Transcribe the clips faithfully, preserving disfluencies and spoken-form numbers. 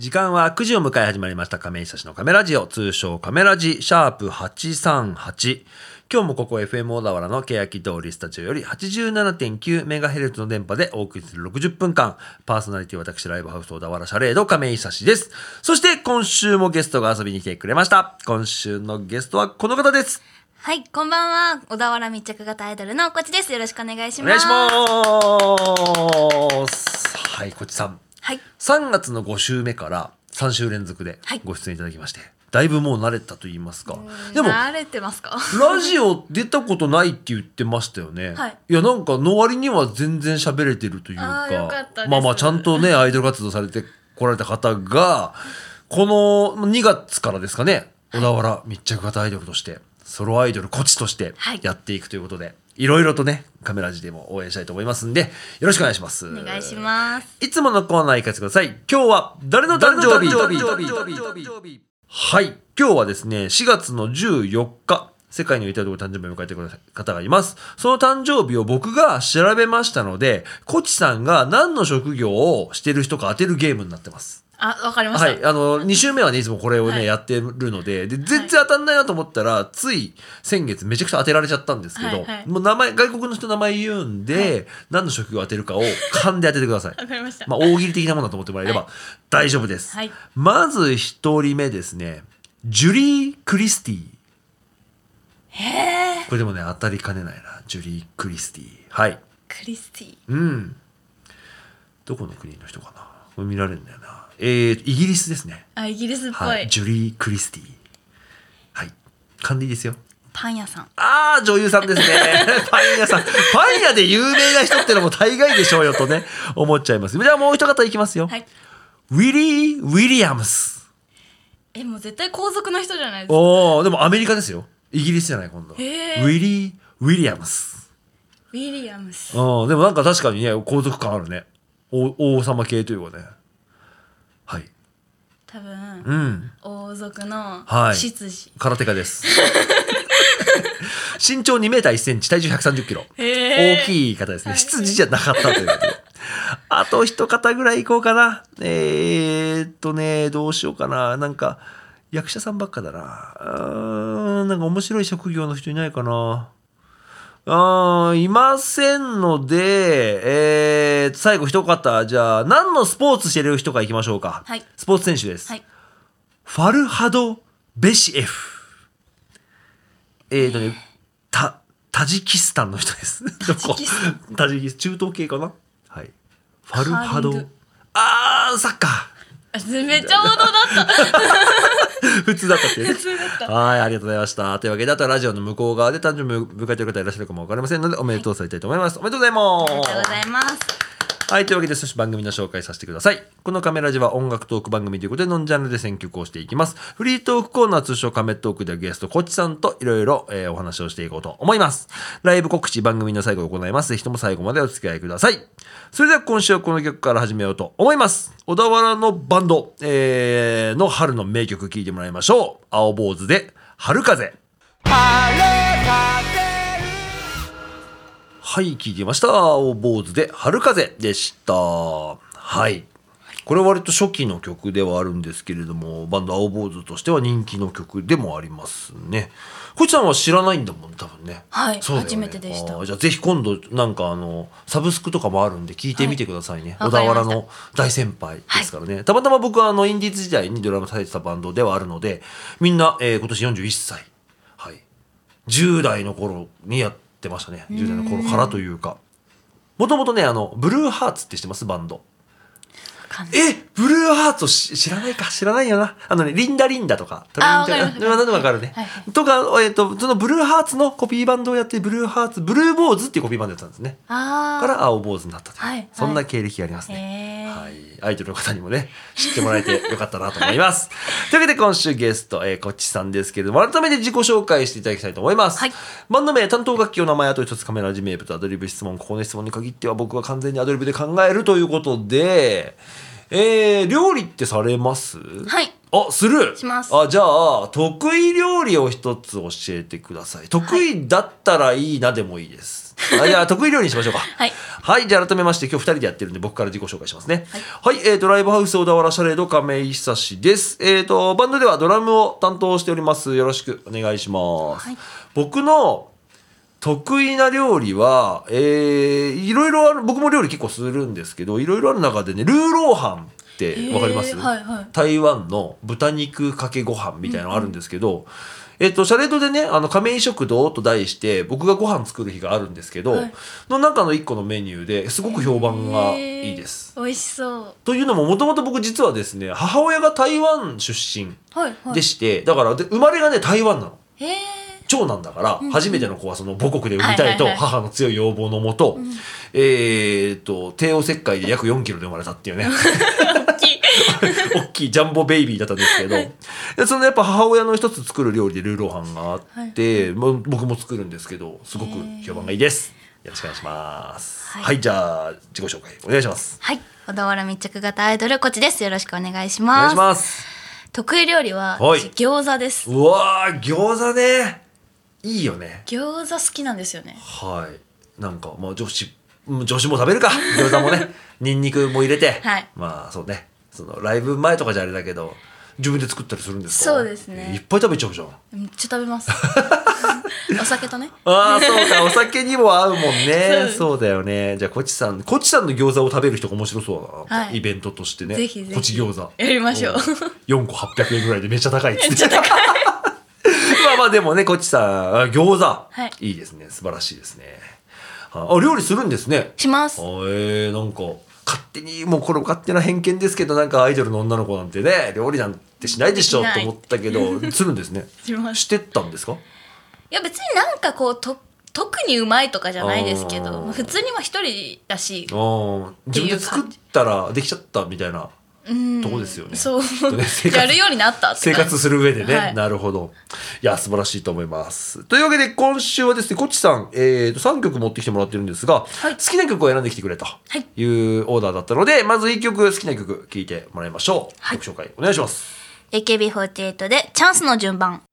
時間はくじを迎え始まりました亀井久志のカメラジオ、通称カメラジシャープはちさんはち。今日もここ エフエム 小田原の欅通りスタジオより はちじゅうななてんきゅうメガヘルツ の電波でお送りするろくじゅっぷんかん、パーソナリティ私ライブハウス小田原シャレード亀井久志です。そして今週もゲストが遊びに来てくれました。今週のゲストはこの方です。 はい、こんばんは。小田原密着型アイドルのこちです。よろしくお願いします。 お願いします。はい、こちさん、 はい、 さんがつのご週目からさん週連続でご出演いただきまして、はい、だいぶもう慣れたと言いますか。 でも慣れてますか？ ラジオ出たことないって言ってましたよね。はい、いやなんかの割には全然喋れてるというか、 あ、よかったです。 まあまあちゃんとねアイドル活動されてこられた方がこのにがつからですかね、小田原密着型アイドルとしてソロアイドルコチとしてやっていくということで、はい、いろいろとねカメラジでも応援したいと思いますんでよろしくお願いします。 お願いします。 いつものコーナー行かせてください。今日は誰の誕生日？はい、今日はですねしがつのじゅうよっか、世界の至るところ誕生日を迎えてくれた方がいます。その誕生日を僕が調べましたので、コチさんが何の職業をしてる人か当てるゲームになってます。 あ、わかりました。 はい、あのに週目はねいつもこれをね、はい、やってるので、で全然当たんないなと思ったら、はい、つい先月めちゃくちゃ当てられちゃったんですけど、はいはい、もう名前外国の人の名前言うんで、はい、何の職業を当てるかを勘で当ててください。 わかりました。 まあ大喜利的なものだと思ってもらえれば大丈夫です。はい、まず一人目ですね、ジュリー・クリスティ。 へー、 これでもね当たりかねないな。ジュリー・クリスティ。はい、 クリスティ、 うん、どこの国の人かな、これ見られるんだよな。えー、イギリスですね。 あ、イギリスっぽい、 はい、ジュリー・クリスティ。はい、勘でいいですよ。 パン屋さん。 あー、女優さんですね。パン屋さん、パン屋で有名な人ってのも大概でしょうよとね思っちゃいます。じゃあもう一方いきますよ。はい、ウィリー・ウィリアムス。 え、もう絶対皇族の人じゃないですか。 おー、でもアメリカですよ。イギリスじゃない今度。 へー、 ウィリー・ウィリアムス。 ウィリアムス。 うん、でもなんか確かにね皇族感あるね。お王様系というかね。はい、 多分、 うん、 王族の執事、 はい、空手家です。身長にメーターいっセンチ、体重ひゃくさんじゅっキロ、大きい方ですね。執事じゃなかったということで。あと一方ぐらいいこうかな。えー、っとねどうしようかな。なんか役者さんばっかだな。うーん、なんか面白い職業の人いないかな。あいませんので、えー、最後一方、じゃあ何のスポーツしてる人かいきましょうか。はい、スポーツ選手です。はい、ファルハド・ベシエフ。えーとねタタジキスタンの人です。どこ？タジキスタン、中東系かな。はい、ファルハド。あー、サッカー。 めっちゃ王道だった。 普通だったっていうね。 普通だった。 はい、ありがとうございました。というわけで、あとはラジオの向こう側で誕生日を迎えている方いらっしゃるかもわかりませんので、おめでとうされたいと思います。はい、おめでとうございます。 ありがとうございます。 はい、というわけで少し番組の紹介させてください。このカメラジは音楽トーク番組ということでノンジャンルで選曲をしていきます。フリートークコーナー、通称カメトークではゲストコチさんといろいろお話をしていこうと思います。ライブ告知、番組の最後を行います。ぜひとも最後までお付き合いください。それでは今週はこの曲から始めようと思います。小田原のバンド、えー、の春の名曲聴いてもらいましょう。青坊主で春風。春風。はい、聞いてました。青坊主で春風でした。はい、これは割と初期の曲ではあるんですけれども、バンド青坊主としては人気の曲でもありますね。こいちさんは知らないんだもん多分ね。 はい、 そうだよね、 初めてでした。 あ、じゃあぜひ今度なんかあのサブスクとかもあるんで聞いてみてくださいね。はい、小田原の大先輩ですからね。はい、たまたま僕はあのインディーズ時代にドラム叩いてたバンドではあるので、みんな、えー、今年よんじゅういっさい、はい、じゅう代の頃にやって出ましたね。じゅう代の頃からというか、もともとねあのブルーハーツって知ってます？バンド。え、ブルーハーツを知らないか。知らないよな。あのねリンダリンダとか、 あ、分かる分かる、 何でも分かるね、はいはい、とか、えー、とそのブルーハーツのコピーバンドをやってブルーハーツブルーボーズっていうコピーバンドやったんですね。あから青坊主になったという、はいはい、そんな経歴がありますね。はい、アイドルの方にもね知ってもらえてよかったなと思います。というわけで今週ゲスト、えー、こっちさんですけれども、改めて自己紹介していただきたいと思います。はい、バンド名、担当楽器、お名前、あと一つカメラジ名物、アドリブ質問。ここの質問に限っては僕は完全にアドリブで考えるということで、えー、料理ってされます？ はい、 あ、するします。 あ、じゃあ得意料理を一つ教えてください。得意だったらいいなでもいいです。あ、いや、得意料理にしましょうか。 はい。 はい、じゃあ改めまして今日ふたりでやってるんで僕から自己紹介しますね。はい、はい、えーとライブハウス小田原シャレード亀井久志です。えーとバンドではドラムを担当しております。よろしくお願いします。はい、僕の得意な料理は、えー、いろいろある。僕も料理結構するんですけど、いろいろある中でね、ルーローハンってわかります？ はいはい、 台湾の豚肉かけご飯みたいなのがあるんですけど、うんうん、えっと、シャレードでね、あの亀井食堂と題して僕がご飯作る日があるんですけど、はい、の中の一個のメニューですごく評判がいいです。 美味しそう。 というのももともと僕実はですね、母親が台湾出身でして、はいはい、だからで生まれがね台湾なの。へー、長男だから初めての子はその母国で産みたいと母の強い要望のもと、えーと帝王切開で約よんキロで生まれたっていうね大きい大きいジャンボベイビーだったんですけど、はい、そのやっぱ母親の一つ作る料理でルーローハンがあって、はい、僕も作るんですけどすごく評判がいいです。よろしくお願いします。はい、はい、じゃあ自己紹介お願いします。 はい、小田原密着型アイドルこちです。よろしくお願いします。 お願いします。 得意料理は餃子です。 うわー、餃子ね、いいよね。 餃子好きなんですよね。 はい、なんかまあ女子女子も食べるか餃子もねニンニクも入れて、はい、まあそうね、そのライブ前とかじゃあれだけど自分で作ったりするんですか？ そうですね、 いっぱい食べちゃうじゃん。 めっちゃ食べますお酒とね。 ああそうか、お酒にも合うもんねそう, そうだよね。じゃあこちさんこちさんの餃子を食べる人が面白そうだな、はい、イベントとしてね。 ぜひぜひこち餃子やりましょう。 よんこはっぴゃくえんぐらいでめっちゃ高いっつってめっちゃ高いまあまあでもね、こちさん餃子、はい、いいですね、素晴らしいですね。あ、料理するんですね。 します。 えー、なんか勝手にもうこれ勝手な偏見ですけど、なんかアイドルの女の子なんてね料理なんてしないでしょと思ったけどするんですね。します。してったんですか？ いや別になんかこうと特にうまいとかじゃないですけど、普通には一人だし、 あ自分で作ったらできちゃったみたいなとこですよね。 そうやるようになったって生活する上でね、はい、なるほど。いや素晴らしいと思います。というわけで今週はですね、こっちさん、えー、とさんきょく持ってきてもらってるんですが、はい、好きな曲を選んできてくれというオーダーだったので、まずいっきょく好きな曲聴いてもらいましょう。はい、曲紹介お願いします。 エーケービーフォーティーエイト でチャンスの順番。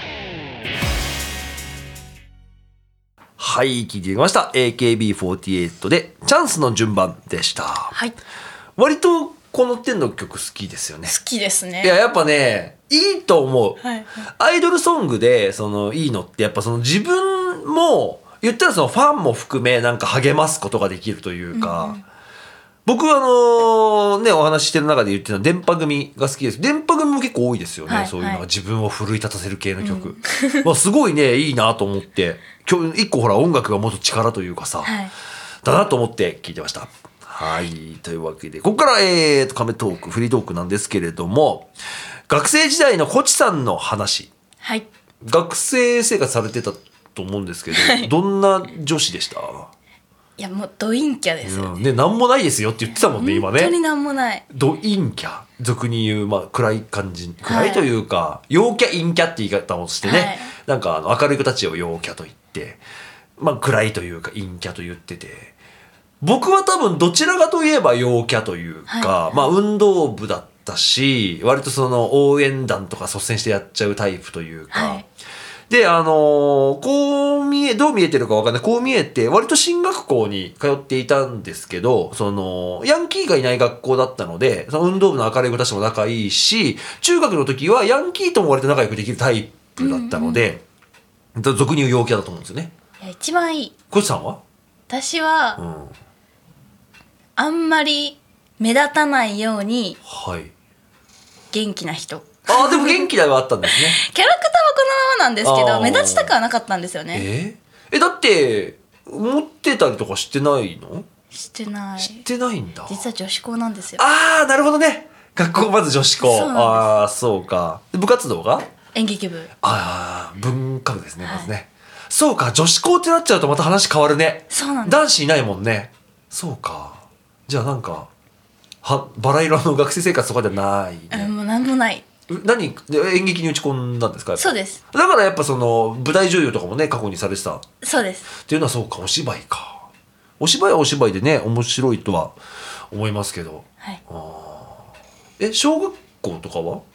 はい、聴いてみました。 エーケービーフォーティーエイト でチャンスの順番でした。はい、割とこの点の曲好きですよね。 好きですね。 いややっぱねいいと思う、はいはい、アイドルソングでそのいいのってやっぱその自分も言ったらそのファンも含めなんか励ますことができるというか、うんうん、僕はあのねお話ししてる中で言ってた電波組が好きです。電波組も結構多いですよね、はいはい、そういうのが自分を奮い立たせる系の曲、うんまあ、すごいねいいなと思って今日一個ほら音楽が持つ力というかさ、はい、だなと思って聞いてました。はい、というわけでここからえーとカメトークフリートークなんですけれども、学生時代のこちさんの話、はい、学生生活されてたと思うんですけど、はい、どんな女子でした？ いやもうド陰キャですよね。 ね、なんもないですよって言ってたもんね今ね。 本当になんもない。 ド陰キャ、俗に言う、まあ、暗い感じ、暗いというか、はい、陽キャ陰キャって言い方をしてね、はい、なんかあの明るい子たちを陽キャと言って、まあ、暗いというか陰キャと言ってて、僕は多分どちらかといえば陽キャというか、はい、まあ運動部だったし割とその応援団とか率先してやっちゃうタイプというか、はい、であのー、こう見えどう見えてるか分かんない、こう見えて割と進学校に通っていたんですけど、そのヤンキーがいない学校だったのでその運動部の明るい子たちも仲いいし、中学の時はヤンキーとも割と仲良くできるタイプだったので、うんうん、俗に言う陽キャだと思うんですよね。 いや一番いい。 こちさんは？ 私は、うん、あんまり目立たないように元気な人、はい、 ああでも元気ではあったんですねキャラクターはこのままなんですけど目立ちたくはなかったんですよね。 えー、えだって持ってたりとかしてないの？ してない。 してないんだ。 実は女子校なんですよ。 ああなるほどね、学校まず女子校。ああそうか。部活動が演劇部。 ああ文化部ですね、はい、まずね。そうか女子校ってなっちゃうとまた話変わるね。 そうなんです。 男子いないもんね。そうか。じゃあなんかはバラ色の学生生活とかじゃない、ね、 もうなんもない。 何で演劇に打ち込んだんですか？ そうです。 だからやっぱその舞台女優とかもね過去にされてた。 そうですっていうのはそうか、お芝居か。お芝居はお芝居でね面白いとは思いますけど、はい、あえ小学校とかは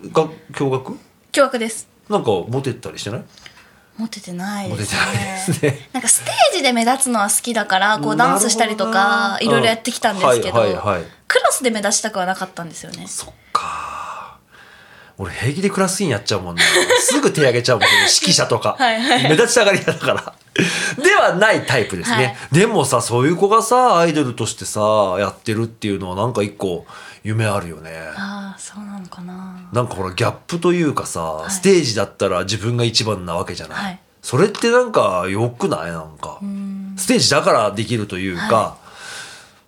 が共学共学です。 なんかモテたりしてない？ モテてないですね。 モテてないですね。 なんかステージで目立つのは好きだからこうダンスしたりとかいろいろやってきたんですけど、はいはいはい、クラスで目立ちたくはなかったんですよね。 そっか。俺平気でクラス委員やっちゃうもんね。すぐ手挙げちゃうもんね。指揮者とかはい、はい、目立ちたがり屋だからではないタイプですね、はい、でもさそういう子がさアイドルとしてさやってるっていうのはなんか一個夢あるよね。 ああそうなのかな。 なんかほらギャップというかさ、はい、ステージだったら自分が一番なわけじゃない、はい、それってなんか良くない？なんかステージだからできるというか、はい、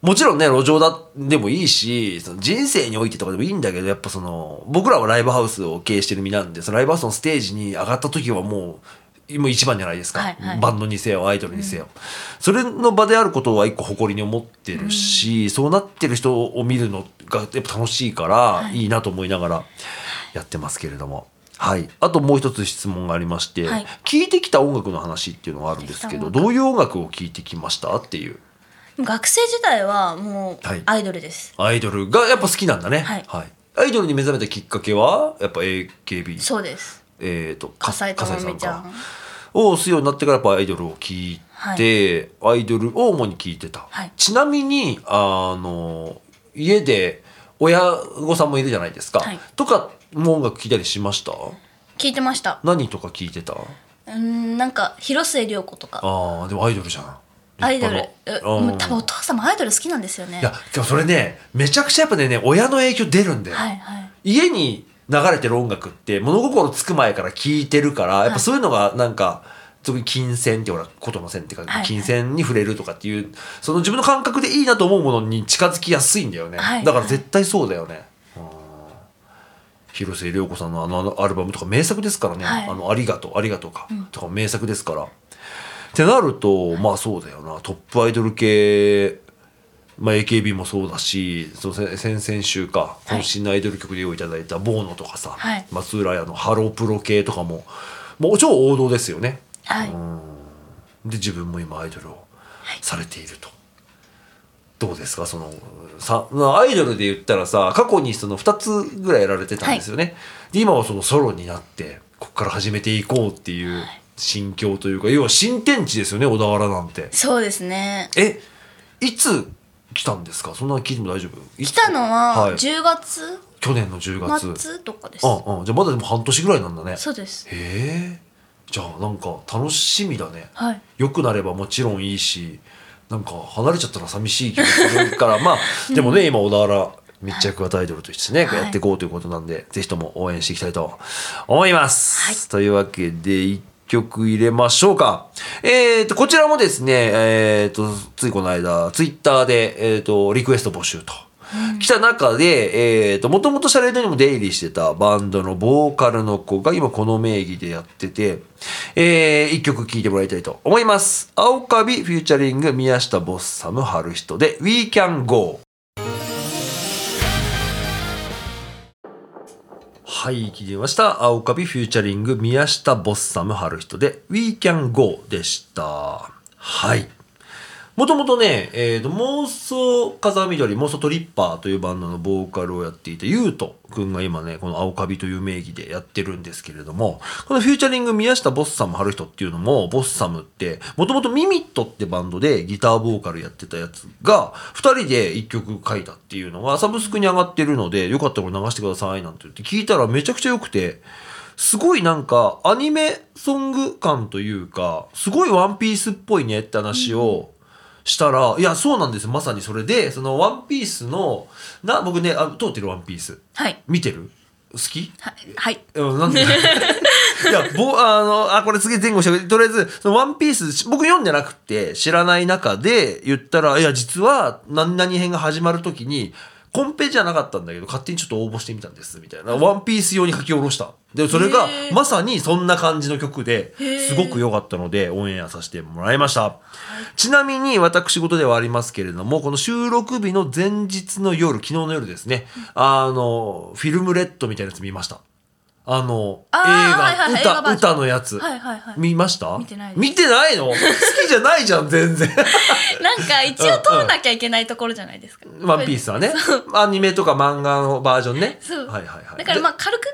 もちろんね路上だでもいいしその人生においてとかでもいいんだけどやっぱその僕らはライブハウスを経営してる身なんでそのライブハウスのステージに上がった時はもうもう一番じゃないですか、はいはい、バンドにせよアイドルにせよ、うん、それの場であることは一個誇りに思ってるし、うん、そうなってる人を見るのがやっぱ楽しいから、はい、いいなと思いながらやってますけれども、はい、あともう一つ質問がありまして、はい、聴いてきた音楽の話っていうのがあるんですけどどういう音楽を聴いてきましたっていう。 学生時代はもうアイドルです、 はい、アイドルがやっぱ好きなんだね、はいはい、アイドルに目覚めたきっかけはやっぱ エーケービー。 そうです。 えーと笠井智美ちゃんをするようになってからやっぱアイドルを聴いて、はい、アイドルを主に聴いてた、はい、ちなみにあの家で親御さんもいるじゃないですか、はい、とかも音楽聴いたりしました？ 聴いてました。 何とか聴いてた？ うんなんか広末涼子とか。 ああでもアイドルじゃん。 アイドル多分お父さんもアイドル好きなんですよね。 いやでもそれねめちゃくちゃやっぱね親の影響出るんだよ、はいはい、家に流れてる音楽って物心つく前から聴いてるからやっぱそういうのがなんか特に金銭ってほら琴の線っていうか金銭に触れるとかっていうその自分の感覚でいいなと思うものに近づきやすいんだよね、はいはい、だから絶対そうだよね。広末涼子さんのあのアルバムとか名作ですからね、はい、あのありがとうありがとうか、うん、とか名作ですから、ってなるとまあそうだよなトップアイドル系、まあ、エーケービー もそうだしその先々週か渾身のアイドル曲で用意いただいたボーノとかさ、はい、松浦屋のハロープロ系とかももう超王道ですよね、はい、うんで自分も今アイドルをされていると、はい、どうですかそのさアイドルで言ったらさ過去にそのふたつぐらいやられてたんですよね、はい、で今はそのソロになってここから始めていこうっていう心境というか要は新天地ですよね小田原なんて。 そうですね。 えいつ来たんですか？そんな聞いても大丈夫？ 来たのはじゅうがつ、はい、 去年のじゅうがつ末とかです。 ああじゃあまだでも半年ぐらいなんだね。 そうです。 へえじゃあなんか楽しみだね、 はい、 良くなればもちろんいいしなんか離れちゃったら寂しい気がするからまあでもね、うん、今小田原密着型アイドルとしてね、はい、やっていこうということなんでぜひとも応援していきたいと思います、はい、というわけでいっきょく入れましょうか。えーとこちらもですねえーとついこの間ツイッターでえーとリクエスト募集と来た中で、えーと、もともとシャレードにも出入りしてたバンドのボーカルの子が今この名義でやってて、えー、一曲聴いてもらいたいと思います。青カビフューチャリング宮下ボッサム春人で We Can Go。 はい聴いてみました。青カビフューチャリング宮下ボッサム春人で We Can Go でした。はいもともとね、えーと、妄想風緑、妄想トリッパーというバンドのボーカルをやっていたゆうとくんが今ね、この青カビという名義でやってるんですけれども、このフューチャリング宮下ボッサム春人っていうのも、ボッサムって、もともとミミットってバンドでギターボーカルやってたやつが、二人で一曲書いたっていうのがサブスクに上がってるので、よかったら流してくださいなんて言って聞いたらめちゃくちゃ良くて、すごいなんかアニメソング感というか、すごいワンピースっぽいねって話を、うんしたらいやそうなんですよまさにそれでそのワンピースのな僕ねあ通ってるワンピース、はい、見てる好きはい、はい、 なんでいやぼあのあこれ次前後してとりあえずそのワンピース僕読んでなくて知らない中で言ったらいや実は何々編が始まる時にコンペじゃなかったんだけど勝手にちょっと応募してみたんですみたいな、うん、ワンピース用に書き下ろしたでそれがまさにそんな感じの曲ですごく良かったのでオンエアさせてもらいました、はい、ちなみに私事ではありますけれどもこの収録日の前日の夜昨日の夜ですね、うん、あのフィルムレッドみたいなやつ見ましたあの映画、はいはい、歌, 歌のやつ、はいはいはい、見ました？ 見てないです。 見てないの？好きじゃないじゃん全然なんか一応通んなきゃいけないところじゃないですか、 うんうん、ワンピースはねアニメとか漫画のバージョンねそう、 はいはいはい、 だからまあ軽く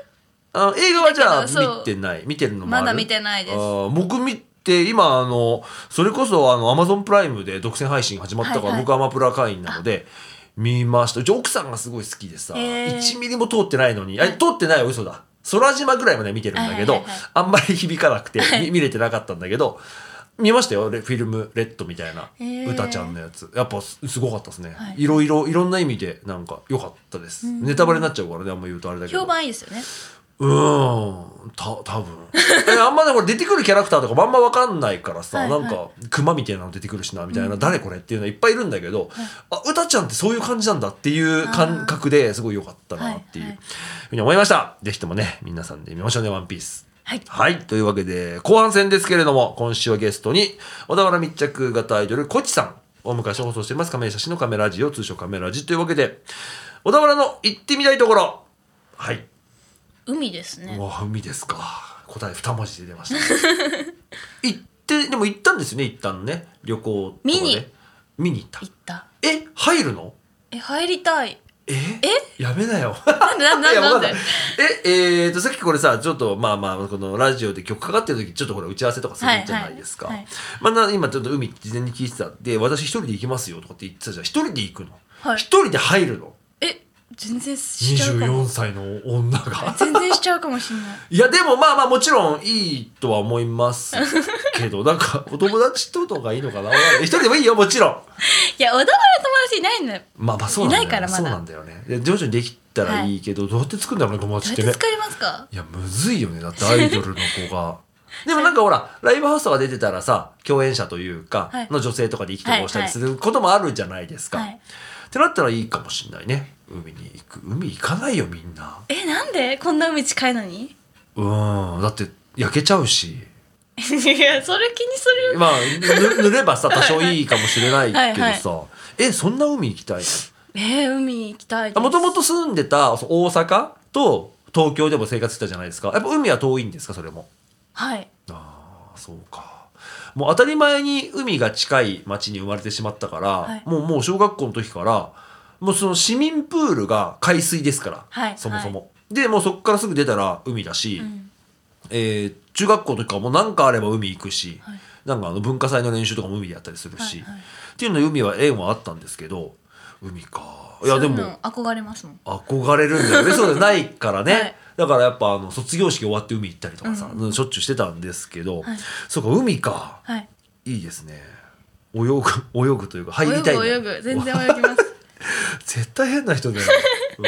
あ映画はじゃあだけどそう見てない見てるのもあるまだ見てないです。 あ僕見て今あのそれこそあの Amazon プライムで独占配信始まったから、 はいはい僕アマプラ会員なので見ました。うち奥さんがすごい好きでさ、 へーいちミリも通ってないのに、あ通ってないは嘘だ、空島ぐらいまで見てるんだけど、 はいはいはいはいあんまり響かなくて、み見れてなかったんだけど見ましたよ。レフィルムレッドみたいなへー歌ちゃんのやつやっぱすすごかったですね、 はいいろいろいろんな意味でなんか良かったです、ネタバレになっちゃうからねあんま言うとあれだけど評判いいですよね。 うーんた多分えあんまねこれ出てくるキャラクターとかもあんま分かんないからさ、 はいはいなんかクマみたいなの出てくるしなみたいな、誰これっていうのいっぱいいるんだけど、あ歌ちゃんってそういう感じなんだっていう感覚ですごい良かったなっていうはいはいふうに思いました。ぜひともね皆さんで見ましょうねワンピース。 はいはいというわけで後半戦ですけれども、今週はゲストに小田原密着型アイドルコチさんをお迎えして放送しています亀井写真のカメラジオ、通称カメラジというわけで、小田原の行ってみたいところ、はい海ですね。 うわ海ですか。答え二文字で出ました行ってでも行ったんですよね一旦ね旅行とかで見に見に行った行った。 え入るのえ入りたい。 ええやめなよなんでなんでいやなんでわかんないええー、とさっきこれさちょっとまあまあこのラジオで曲かかってる時ちょっとこれ打ち合わせとかするじゃないですか、 はいはいまあな今ちょっと海事前に聞いてたで私一人で行きますよとかって言ってたじゃん。一人で行くのはい一人で入るのえ全然しちゃうか 24 も。 歳の女が全然しちゃうかもしれない。 いやでもまあまあもちろんいいとは思いますけどなんかお友達ととかいいのかな一人でもいいよもちろん。 いや小田原友達いないのよ。 まあまあそうなんだよ、ね、 いないからまだそうなんだよね。で徐々にできたらいいけど、どうやって作るんだろうね友達ってね。 どうやって使いますか。 いやむずいよねだってアイドルの子がでもなんかほらライブハウスとか出てたらさ共演者というかはいの女性とかで意気投合したりすることもあるじゃないですか、 はいってなったらいいかもしんないね。海に行く海行かないよみんな。 えなんでこんな海近いのに。 うんだって焼けちゃうしいやそれ気にする。 まあぬ塗ればさ多少いいかもしれないけどさ、 はいはえそんな海行きたいえー、海行きたいです。 の。もともと住んでたそう大阪と東京でも生活してたじゃないですか。やっぱ海は遠いんですかそれも。 はいああそうか。もう当たり前に海が近い町に生まれてしまったから、 はい、 もうもう小学校の時からもうその市民プールが海水ですから、 はい、 そもそも、はい、でもうそこからすぐ出たら海だし、うんえー、中学校の時からもう何かあれば海行くし、はい、なんかあの文化祭の練習とかも海でやったりするし、はいはい、っていうので海は縁はあったんですけど海かいやでも憧れますもん。 憧れるんだよねそうじゃないからね、はい、だからやっぱあの卒業式終わって海行ったりとかさ、うん、しょっちゅうしてたんですけど、はい、そうか海か、はい、いいですね。泳ぐ泳ぐというか入りたい泳ぐ泳ぐ全然泳ぎます絶対変な人だよ、 うん、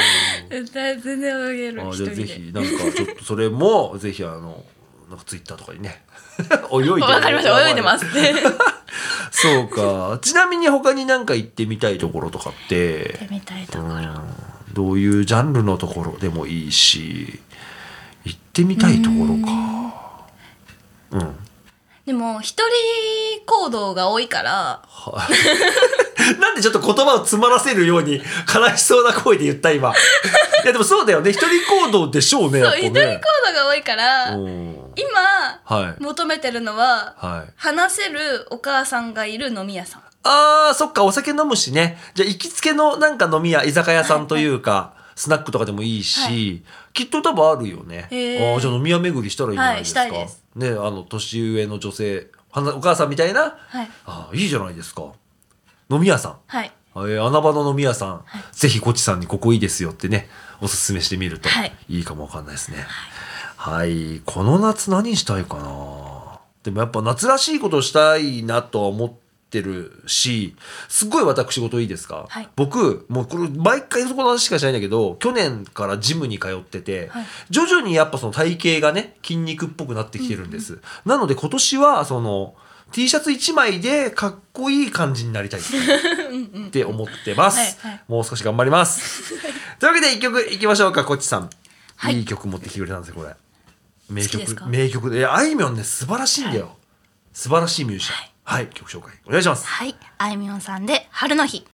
絶対全然泳げる。 あじゃあぜひなんかちょっとそれもぜひあのなんかツイッターとかにね泳いでわかりました泳いでますってそうか。ちなみに他に何か行ってみたいところとかって行ってみたいところ、うん、 どういうジャンルのところでもいいし行ってみたいところか。うん、うん、でも一人行動が多いからなんでちょっと言葉を詰まらせるように悲しそうな声で言った今いやでもそうだよね一人行動でしょうね。 そう、ね、一人行動が多いから今、はい、求めてるのは、はい、話せるお母さんがいる飲み屋さん。 あーそっかお酒飲むしね。じゃあ行きつけのなんか飲み屋居酒屋さんというか、はいはい、スナックとかでもいいし、はい、きっと多分あるよね。あじゃあ飲み屋巡りしたらいいんじゃないですか、はい、したいです、ね、あの年上の女性お母さんみたいな、はい、あいいじゃないですか飲み屋さん、はいえー、穴場の飲み屋さん、はい、ぜひコチさんにここいいですよってねおすすめしてみるといいかもわかんないですね。はい、はい、この夏何したいかな。でもやっぱ夏らしいことしたいなとは思ってるしすっごい私事いいですか、はい、僕もうこれ毎回そこの話しかしないんだけど去年からジムに通ってて、はい、徐々にやっぱその体型がね筋肉っぽくなってきてるんです、うんうん、なので今年はそのT シャツいちまいでかっこいい感じになりたいって思ってますはい、はい、もう少し頑張りますというわけでいっきょくいきましょうか。こっちさん、はい、いい曲持ってきてくれたんですよこれ名曲名曲であいみょんね素晴らしいんだよ、はい、素晴らしいミュージシャンはい、はい、曲紹介お願いします。 はいあいみょんさんで春の日。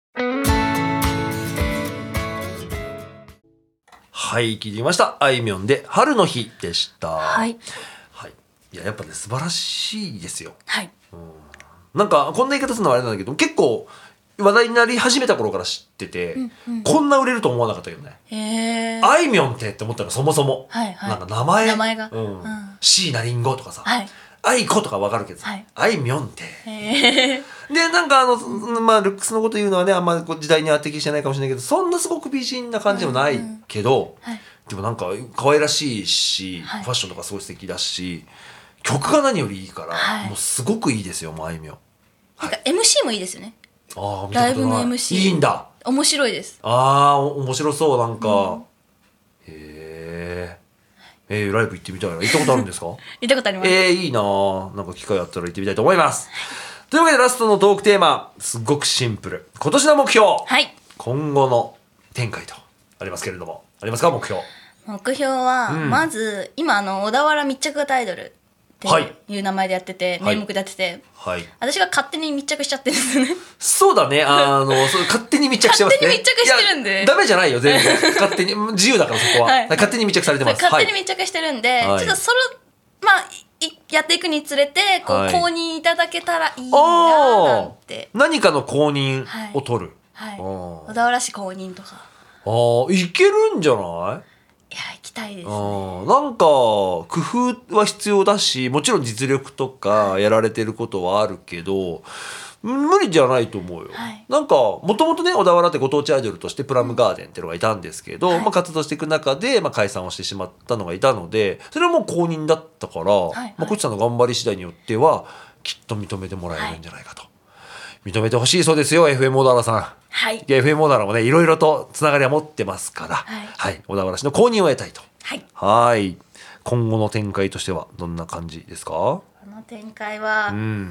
はい聞いてみましたあいみょんで春の日でした。 はい、 はい、いややっぱね素晴らしいですよ。 はい、 うん、なんかこんな言い方するのはあれなんだけど結構話題になり始めた頃から知ってて、うんうん、こんな売れると思わなかったけどね。 へあいみょんってって思ったのそもそも、 はいはい、 なんか名前名前が、 うんうん、椎名林檎とかさ、 はい、 あいこ」とか分かるけどさ、はい、あいみょんってへでなんかあの、まあ、ルックスのこと言うのはねあんま時代には適してないかもしれないけどそんなすごく美人な感じでもないけど、うんうんはい、でもなんか可愛らしいし、はい、ファッションとかすごい素敵だし曲が何よりいいから、はい、もうすごくいいですよあいみょん。 なんか エムシー もいいですよね。 あライブの エムシーいいんだ。 面白いです。 ああ面白そうなんか、うん、へええー、ライブ行ってみたいな。行ったことあるんですか？ 行ったことあります。 えー、いいななんか機会あったら行ってみたいと思います。というわけでラストのトークテーマすっごくシンプル。今年の目標、 はい、 今後の展開とありますけれどもありますか？目標目標は、うん、まず今あの小田原密着型アイドルっていう名前でやってて、はい、名目でやってて、はい、私が勝手に密着しちゃってるんですよね。 そうだねあのそ勝手に密着してますね。 勝手に密着してるんでダメじゃないよ全然勝手に自由だからそこは、はい、勝手に密着されてます。 勝手に密着してるんで、はい、ちょっとそれまあやっていくにつれてこう、はい、公認いただけたらいいななんて。何かの公認を取る、 はいはい、小田原市公認とかあいけるんじゃない？ いや行きたいですね。 なんか工夫は必要だしもちろん実力とかやられてることはあるけど無理じゃないと思うよ、はい、なんかもともとね小田原ってご当地アイドルとしてプラムガーデンっていうのがいたんですけど、はいまあ、活動していく中で、まあ、解散をしてしまったのがいたのでそれはもう公認だったから、はいはいまあ、こっちさんの頑張り次第によってはきっと認めてもらえるんじゃないかと、はい、認めてほしいそうですよ エフエム 小田原さん。 はい、 エフエム 小田原もねいろいろとつながりは持ってますから、はいはい、小田原市の公認を得たいと。 はいはい今後の展開としてはどんな感じですか？この展開は、 うん、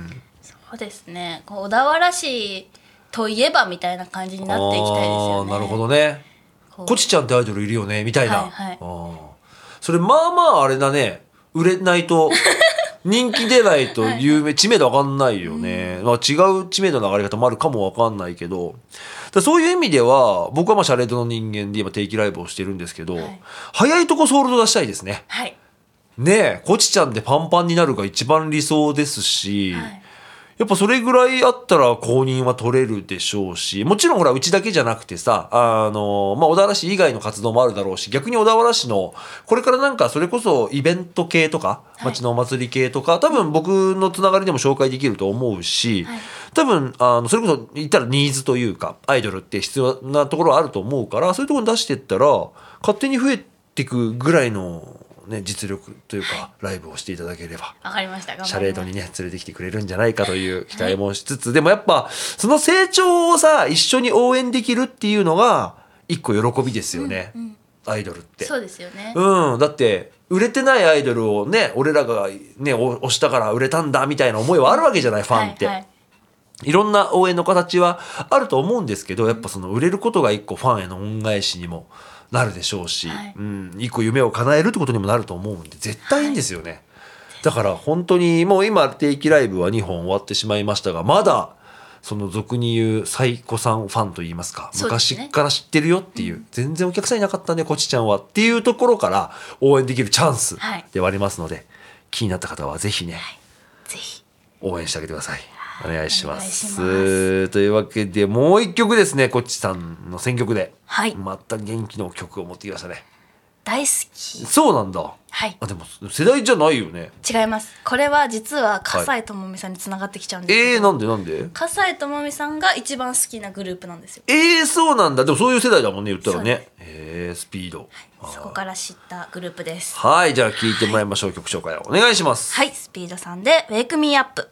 そうですねこう小田原市といえばみたいな感じになっていきたいですよね。 なるほどね。こちちゃんってアイドルいるよねみたいな、 はいはい、 あそれまあまああれだね売れないと人気出ないと有名、はい、知名度上がんないよね、うんまあ、違う知名度の上がり方もあるかも分かんないけどだそういう意味では僕はまあシャレードの人間で今定期ライブをしてるんですけど、はい、早いとこソールド出したいですね、 はい、 ねえこちちゃんでパンパンになるが一番理想ですし、はいやっぱそれぐらいあったら公認は取れるでしょうしもちろんほらうちだけじゃなくてさあの、まあ、小田原市以外の活動もあるだろうし逆に小田原市のこれからなんかそれこそイベント系とか町のお祭り系とか、はい、多分僕のつながりでも紹介できると思うし、はい、多分あのそれこそ言ったらニーズというかアイドルって必要なところはあると思うからそういうところに出していったら勝手に増えていくぐらいのね、実力というかライブをしていただければわかりました。 シャレードにね連れてきてくれるんじゃないかという期待もしつつ、はい、でもやっぱその成長をさ一緒に応援できるっていうのが一個喜びですよね、うんうん、アイドルってそうですよね、 うん、だって売れてないアイドルをね俺らがね推したから売れたんだみたいな思いはあるわけじゃない、うん、ファンって、はいはい、いろんな応援の形はあると思うんですけどやっぱその売れることが一個ファンへの恩返しにもなるでしょうし、はいうん、一個夢を叶えるってことにもなると思うんで絶対いいんですよね、はい、だから本当にもう今定期ライブはにほん終わってしまいましたがまだその俗に言うサイコさんファンといいますか昔から知ってるよっていう、うん、全然お客さんいなかったねこちちゃんはっていうところから応援できるチャンスではありますので、はい、気になった方はぜひね、はい、 ぜひ応援してあげてください。お願いします。お願いします。というわけでもう一曲ですねこっちさんの選曲で、はい、また元気の曲を持ってきましたね。 大好き。 そうなんだ。 はい。 あでも世代じゃないよね。 違います。これは実は笠井智美さんに繋がってきちゃうんですけど、 はい、えー、なんでなんで笠井智美さんが一番好きなグループなんですよ。 えー、そうなんだ。でもそういう世代だもんね言ったらね。えー、スピード、 はい、そこから知ったグループです。 はいじゃあ聴いてもらいましょう、はい、曲紹介をお願いします。 はいスピードさんで Wake Me Up。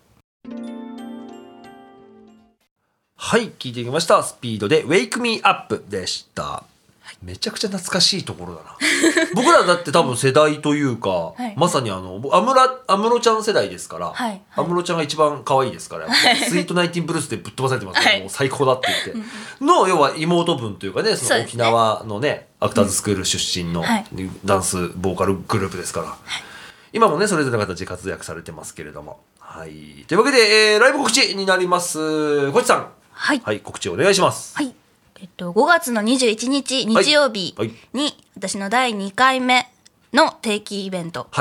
はい聞いてきました。スピードで Wake Me Up でした、はい、めちゃくちゃ懐かしいところだな僕らだって多分世代というか、はい、まさにあの安室安室ちゃん世代ですから、はいはい、安室ちゃんが一番可愛いですから、はい、スイートナインティーンブルースでぶっ飛ばされてますから、はい、もう最高だって言っての要は妹分というかねその沖縄のねアクターズスクール出身のダンスボーカルグループですから、はい、今もねそれぞれの形で活躍されてますけれども、はい、というわけで、えー、ライブ告知になります。こちさん、はい、はい、告知お願いします。 はいえっと、ごがつのにじゅういちにち日曜日に私のだいにかいめの定期イベント、 はい、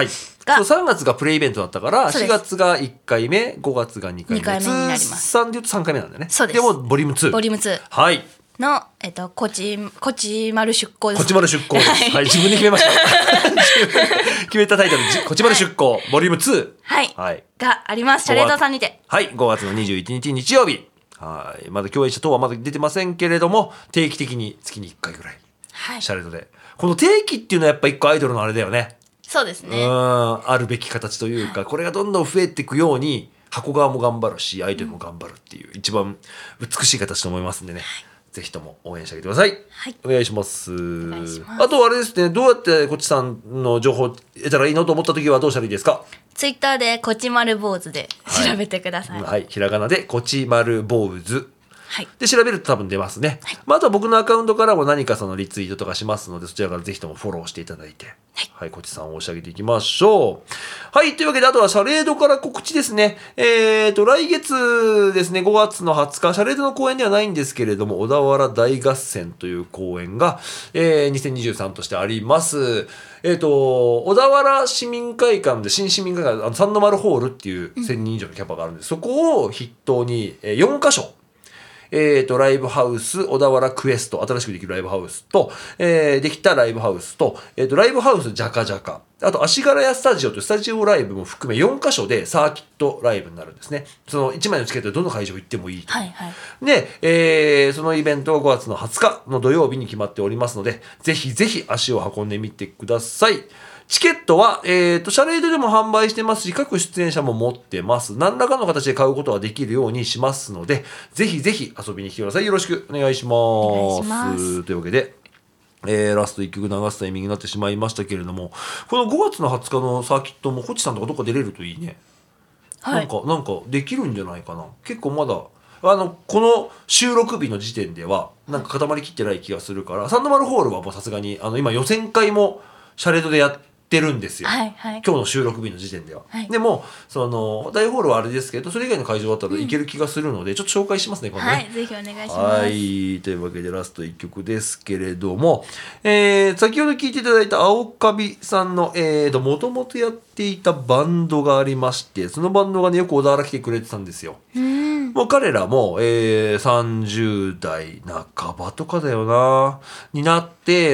がそうさんがつがプレイベントだったからしがつがいっかいめごがつがにかいめにかいめになります。 さんでいうとさんかいめなんだよね。 そうです。 でもボリュームツーボリュームツーはいの、えっと、こちこち丸出向です。 こち丸出向です、はい、はい、自分で決めました決めたタイトルこち丸出向、はい、ボリュームツー、 はいはい、があります。シャレードさんにてはいごがつのにじゅういちにち日曜日、はい、まだ共演者等はまだ出てませんけれども定期的に月にいっかいぐらい、はい、シャレードでこの定期っていうのはやっぱ一個アイドルのあれだよね。 そうですね。 うんあるべき形というか、はい、これがどんどん増えていくように箱側も頑張るしアイドルも頑張るっていう、うん、一番美しい形と思いますんでね、はいぜひとも応援してあげてください。はい、お願いします。お願いします。あとあれですね、どうやってこっちさんの情報得たらいいのと思った時はどうしたらいいですか？ ツイッターでこちまる坊主で調べてください。 はい、はい、ひらがなでこちまる坊主。はい、で調べると多分出ますね、はいまあ、あとは僕のアカウントからも何かそのリツイートとかしますのでそちらからぜひともフォローしていただいてはい、はい、こっちさんを押し上げていきましょう。はいというわけであとはシャレードから告知ですね。えーと来月ですねごがつのはつかシャレードの公演ではないんですけれども小田原大合戦という公演が、えー、にせんにじゅうさんとしてあります。えーと小田原市民会館で新市民会館あの三の丸ホールっていうせんにん以上のキャパがあるんです、うん、そこを筆頭によんかしょえーと、ライブハウス、小田原クエスト、新しくできるライブハウスと、えー、できたライブハウスと、えーと、ライブハウスジャカジャカ、あと、足柄屋スタジオというスタジオライブも含めよんかしょでサーキットライブになるんですね。そのいちまいのチケットでどの会場行ってもいいと。はいはい、で、えー、そのイベントはごがつのはつかの土曜日に決まっておりますので、ぜひぜひ足を運んでみてください。チケットは、えーと、シャレードでも販売してますし、各出演者も持ってます。何らかの形で買うことができるようにしますので、ぜひぜひ遊びに来てください。よろしくお願いします。お願いします。というわけで、えー、ラストいっきょく流すタイミングになってしまいましたけれども、このごがつのはつかのサーキットも、ホチさんとかどっか出れるといいね。はい。なんか、なんかできるんじゃないかな。結構まだ、あの、この収録日の時点では、なんか固まりきってない気がするから、サンドマルホールはもうさすがに、あの、今予選会もシャレードでやって、てるんですよ、はいはい、今日の収録日の時点では、はい、でもその大ホールはあれですけどそれ以外の会場だったらいける気がするので、うん、ちょっと紹介しますねこれね、 はい、ぜひお願いします。 はいというわけでラストいっきょくですけれども、えー、先ほど聴いていただいた青カビさんのもともとやっていたバンドがありましてそのバンドがねよく小田原来てくれてたんですよ。うんもう彼らも、えー、さんじゅうだいなかばとかだよなになって、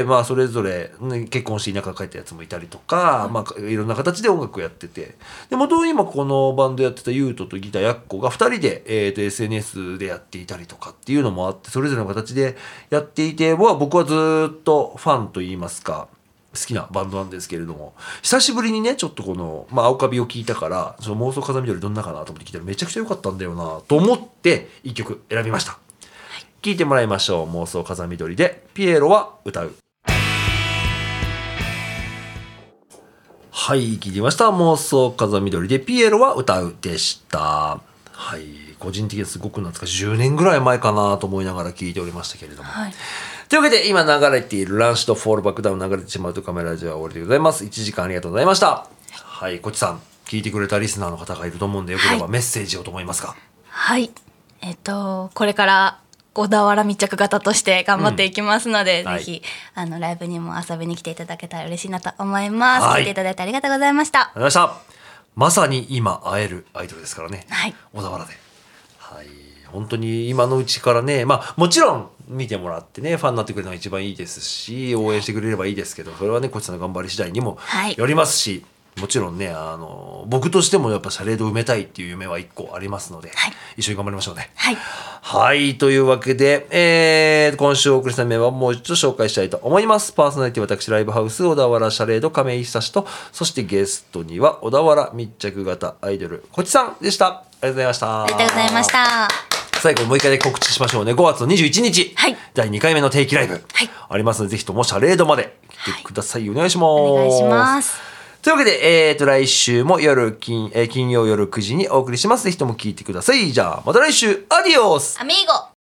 まあ、それぞれ、ね、結婚して田舎帰ったやつもいたりとか、うんまあ、いろんな形で音楽をやっててで元々今このバンドやってたユートとギターヤッコがふたりで、えー、と エスエヌエス でやっていたりとかっていうのもあってそれぞれの形でやっていて僕はずっとファンといいますか好きなバンドなんですけれども久しぶりにねちょっとこの、まあ、青カビを聞いたからその妄想風緑どんなかなと思って聞いたらめちゃくちゃ良かったんだよなと思っていっきょく選びました、はい、聞いてもらいましょう。妄想風緑でピエロは歌う。はい聞いてみました。妄想風緑でピエロは歌うでした。はい個人的にすごく懐かしいじゅうねんぐらい前かなと思いながら聞いておりましたけれども、はいというわけで今流れているランシュとフォールバックダウン流れてしまうとカメラジオは終わりでございます。いちじかんありがとうございました。はい、こっちさん聞いてくれたリスナーの方がいると思うんでよければメッセージをと思いますか。 はい、えっとこれから小田原密着型として頑張っていきますので、うん、ぜひ、はい、あのライブにも遊びに来ていただけたら嬉しいなと思います。はい、聞いていただいてありがとうございました。 ありがとうございました。まさに今会えるアイドルですからね、はい、小田原で。はい本当に今のうちからねまあもちろん見てもらってねファンになってくれるのが一番いいですし応援してくれればいいですけどそれはねこっちの頑張り次第にもよりますし、はい、もちろんねあの僕としてもやっぱシャレードを埋めたいっていう夢は一個ありますので、はい、一緒に頑張りましょうね。はい、はい、というわけで、えー、今週お送りしたメンバーをもう一度紹介したいと思います。パーソナリティ私ライブハウス小田原シャレード亀井久志とそしてゲストには小田原密着型アイドルこっちさんでした。ありがとうございました。 ありがとうございました。 最後にもう一回で告知しましょうね。ごがつのにじゅういちにち、はい、だいにかいめの定期ライブ、はい、ありますのでぜひともシャレードまで来てください、はい、お願いします。 お願いします。 というわけで、えー、と来週も夜金、えー、金曜夜くじにお送りします。ぜひとも聞いてください。じゃあまた来週アディオスアミーゴ。